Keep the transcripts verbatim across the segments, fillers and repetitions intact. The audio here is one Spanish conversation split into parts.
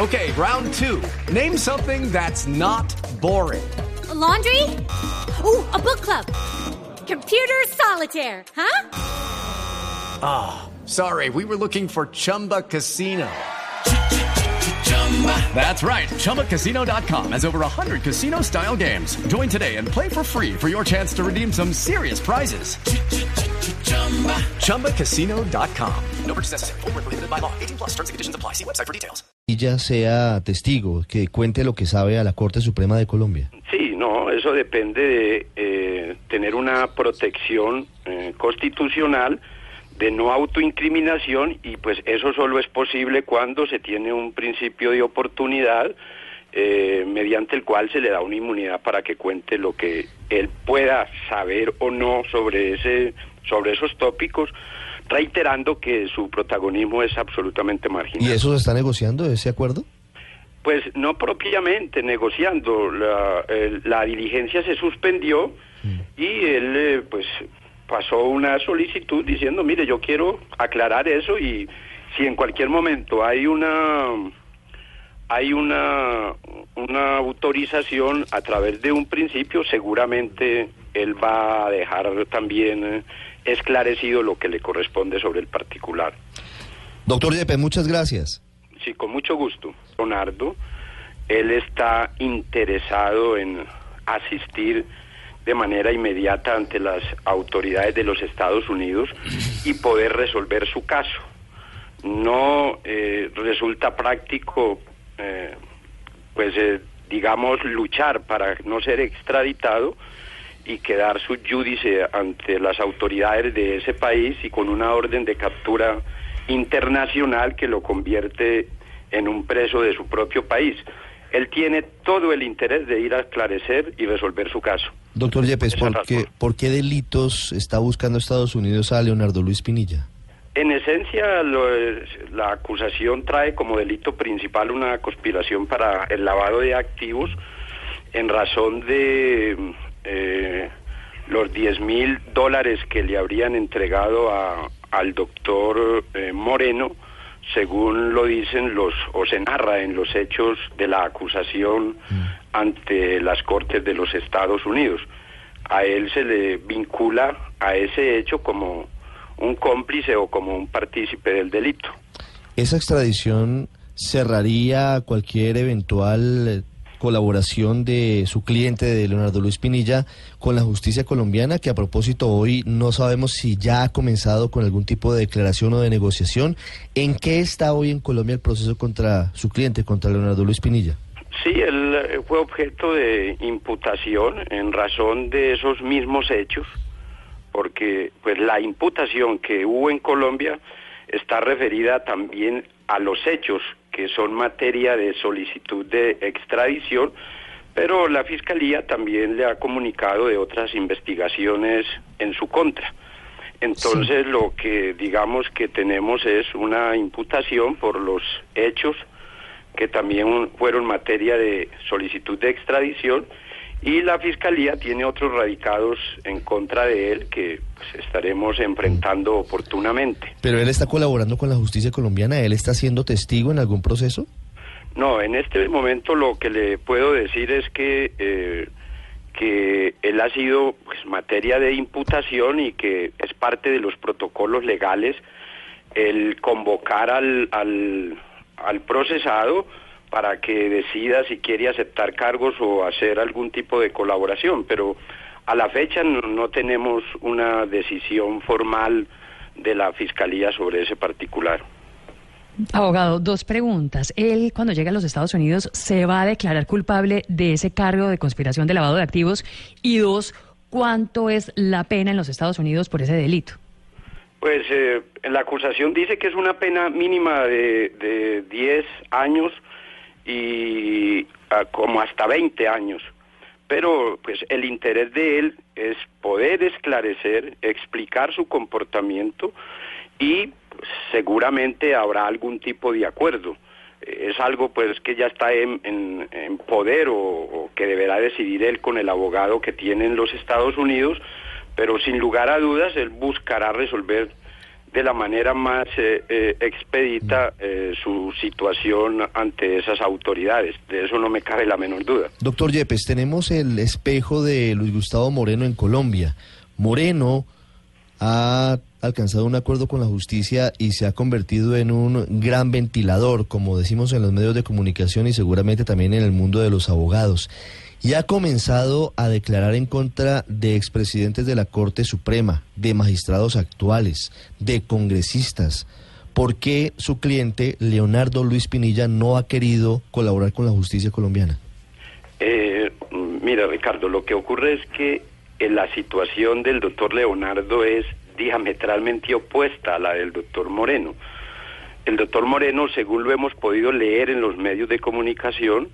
Okay, round two. Name something that's not boring. A laundry? Ooh, a book club. Computer solitaire, huh? Ah, oh, sorry, we were looking for Chumba Casino. That's right, Chumba Casino dot com has over one hundred casino-style games. Join today and play for free for your chance to redeem some serious prizes. Chumba Casino dot com. No purchase necessary. Void where prohibited by law. eighteen plus terms and conditions apply. See website for details. Y ya sea testigo, que cuente lo que sabe a la Corte Suprema de Colombia. Sí, no, eso depende de eh, tener una protección eh, constitucional de no autoincriminación, y pues eso solo es posible cuando se tiene un principio de oportunidad eh, mediante el cual se le da una inmunidad para que cuente lo que él pueda saber o no sobre ese sobre esos tópicos, reiterando que su protagonismo es absolutamente marginal. ¿Y eso se está negociando, ese acuerdo? Pues no propiamente negociando, la, el, la diligencia se suspendió mm. y él eh, pues pasó una solicitud diciendo, mire, yo quiero aclarar eso, y si en cualquier momento hay una hay una una autorización a través de un principio, seguramente él va a dejar también eh, esclarecido lo que le corresponde sobre el particular. Doctor Yepes, muchas gracias. Sí, con mucho gusto. Leonardo, él está interesado en asistir de manera inmediata ante las autoridades de los Estados Unidos y poder resolver su caso. No eh, resulta práctico, eh, pues eh, digamos, luchar para no ser extraditado y quedar sub judice ante las autoridades de ese país y con una orden de captura internacional que lo convierte en un preso de su propio país. Él tiene todo el interés de ir a esclarecer y resolver su caso. Doctor Yepes, ¿por qué, ¿por qué delitos está buscando Estados Unidos a Leonardo Luis Pinilla? En esencia, lo, la acusación trae como delito principal una conspiración para el lavado de activos en razón de eh, los diez mil dólares que le habrían entregado a, al doctor eh, Moreno, según lo dicen los, o se narra en los hechos de la acusación mm. ante las Cortes de los Estados Unidos. A él se le vincula a ese hecho como un cómplice o como un partícipe del delito. ¿Esa extradición cerraría cualquier eventual colaboración de su cliente, de Leonardo Luis Pinilla, con la justicia colombiana, que a propósito hoy no sabemos si ya ha comenzado con algún tipo de declaración o de negociación? ¿En qué está hoy en Colombia el proceso contra su cliente, contra Leonardo Luis Pinilla? Sí, él fue objeto de imputación en razón de esos mismos hechos, porque pues la imputación que hubo en Colombia está referida también a los hechos que son materia de solicitud de extradición, pero la Fiscalía también le ha comunicado de otras investigaciones en su contra. Entonces, sí, lo que digamos que tenemos es una imputación por los hechos que también fueron materia de solicitud de extradición, y la Fiscalía tiene otros radicados en contra de él que pues, estaremos enfrentando oportunamente. ¿Pero él está colaborando con la justicia colombiana? ¿Él está siendo testigo en algún proceso? No, en este momento lo que le puedo decir es que eh, que él ha sido pues, materia de imputación, y que es parte de los protocolos legales el convocar al, al, al procesado para que decida si quiere aceptar cargos o hacer algún tipo de colaboración, pero a la fecha no, no tenemos una decisión formal de la Fiscalía sobre ese particular. Abogado, dos preguntas. Él, cuando llega a los Estados Unidos, ¿se va a declarar culpable de ese cargo de conspiración de lavado de activos? Y dos, ¿cuánto es la pena en los Estados Unidos por ese delito? Pues eh, la acusación dice que es una pena mínima de, de diez años y a, como hasta veinte años, pero pues el interés de él es poder esclarecer, explicar su comportamiento, y pues, seguramente habrá algún tipo de acuerdo. Es algo pues que ya está en, en, en poder o, o que deberá decidir él con el abogado que tiene en los Estados Unidos, pero sin lugar a dudas él buscará resolver de la manera más eh, eh, expedita eh, su situación ante esas autoridades. De eso no me cabe la menor duda. Doctor Yepes, tenemos el espejo de Luis Gustavo Moreno en Colombia. Moreno ha alcanzado un acuerdo con la justicia y se ha convertido en un gran ventilador, como decimos en los medios de comunicación y seguramente también en el mundo de los abogados. Y ha comenzado a declarar en contra de expresidentes de la Corte Suprema, de magistrados actuales, de congresistas. ¿Por qué su cliente, Leonardo Luis Pinilla, no ha querido colaborar con la justicia colombiana? Eh, mira, Ricardo, lo que ocurre es que en la situación del doctor Leonardo es diametralmente opuesta a la del doctor Moreno. El doctor Moreno, según lo hemos podido leer en los medios de comunicación,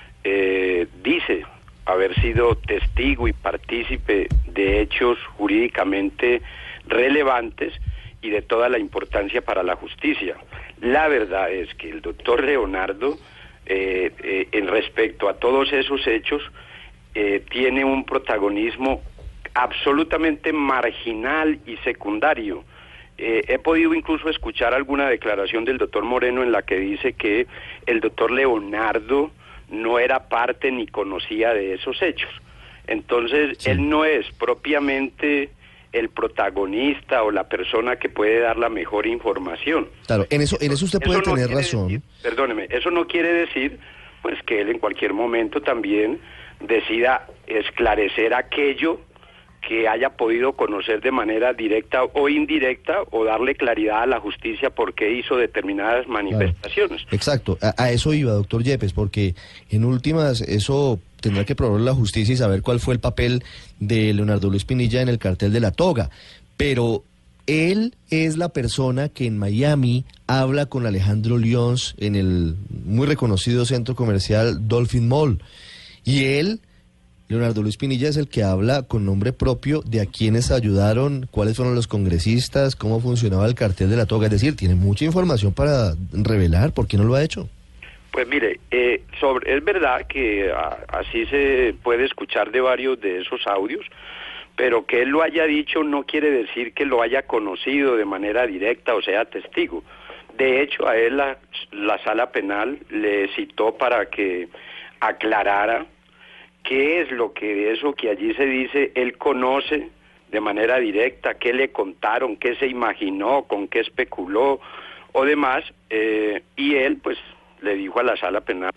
eh, dice haber sido testigo y partícipe de hechos jurídicamente relevantes y de toda la importancia para la justicia. La verdad es que el doctor Leonardo, eh, eh, en respecto a todos esos hechos, eh, tiene un protagonismo absolutamente marginal y secundario. Eh, he podido incluso escuchar alguna declaración del doctor Moreno en la que dice que el doctor Leonardo no era parte ni conocía de esos hechos. Entonces, sí. Él no es propiamente el protagonista o la persona que puede dar la mejor información. Claro, en eso, en eso usted puede eso no tener razón. Decir, perdóneme, eso no quiere decir pues que él en cualquier momento también decida esclarecer aquello que haya podido conocer de manera directa o indirecta, o darle claridad a la justicia por qué hizo determinadas manifestaciones. Claro. Exacto, a, a eso iba, doctor Yepes, porque en últimas eso tendrá que probar la justicia y saber cuál fue el papel de Leonardo Luis Pinilla en el cartel de la toga, pero él es la persona que en Miami habla con Alejandro Lyons en el muy reconocido centro comercial Dolphin Mall, y él... Leonardo Luis Pinilla es el que habla con nombre propio de a quienes ayudaron, cuáles fueron los congresistas, cómo funcionaba el cartel de la toga. Es decir, tiene mucha información para revelar. ¿Por qué no lo ha hecho? Pues mire, eh, sobre, es verdad que a, así se puede escuchar de varios de esos audios, pero que él lo haya dicho no quiere decir que lo haya conocido de manera directa o sea testigo. De hecho, a él la, la sala penal le citó para que aclarara qué es lo que de eso que allí se dice él conoce de manera directa, qué le contaron, qué se imaginó, con qué especuló o demás, eh, y él pues le dijo a la sala penal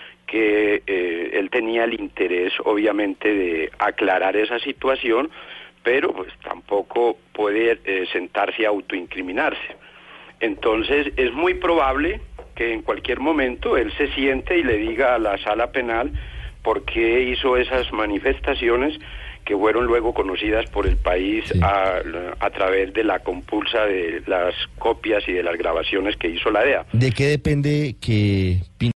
que eh, él tenía el interés obviamente de aclarar esa situación, pero pues tampoco puede eh, sentarse a autoincriminarse. Entonces es muy probable que en cualquier momento él se siente y le diga a la sala penal por qué hizo esas manifestaciones que fueron luego conocidas por el país sí. a, a través de la compulsa de las copias y de las grabaciones que hizo la D E A. ¿De qué depende que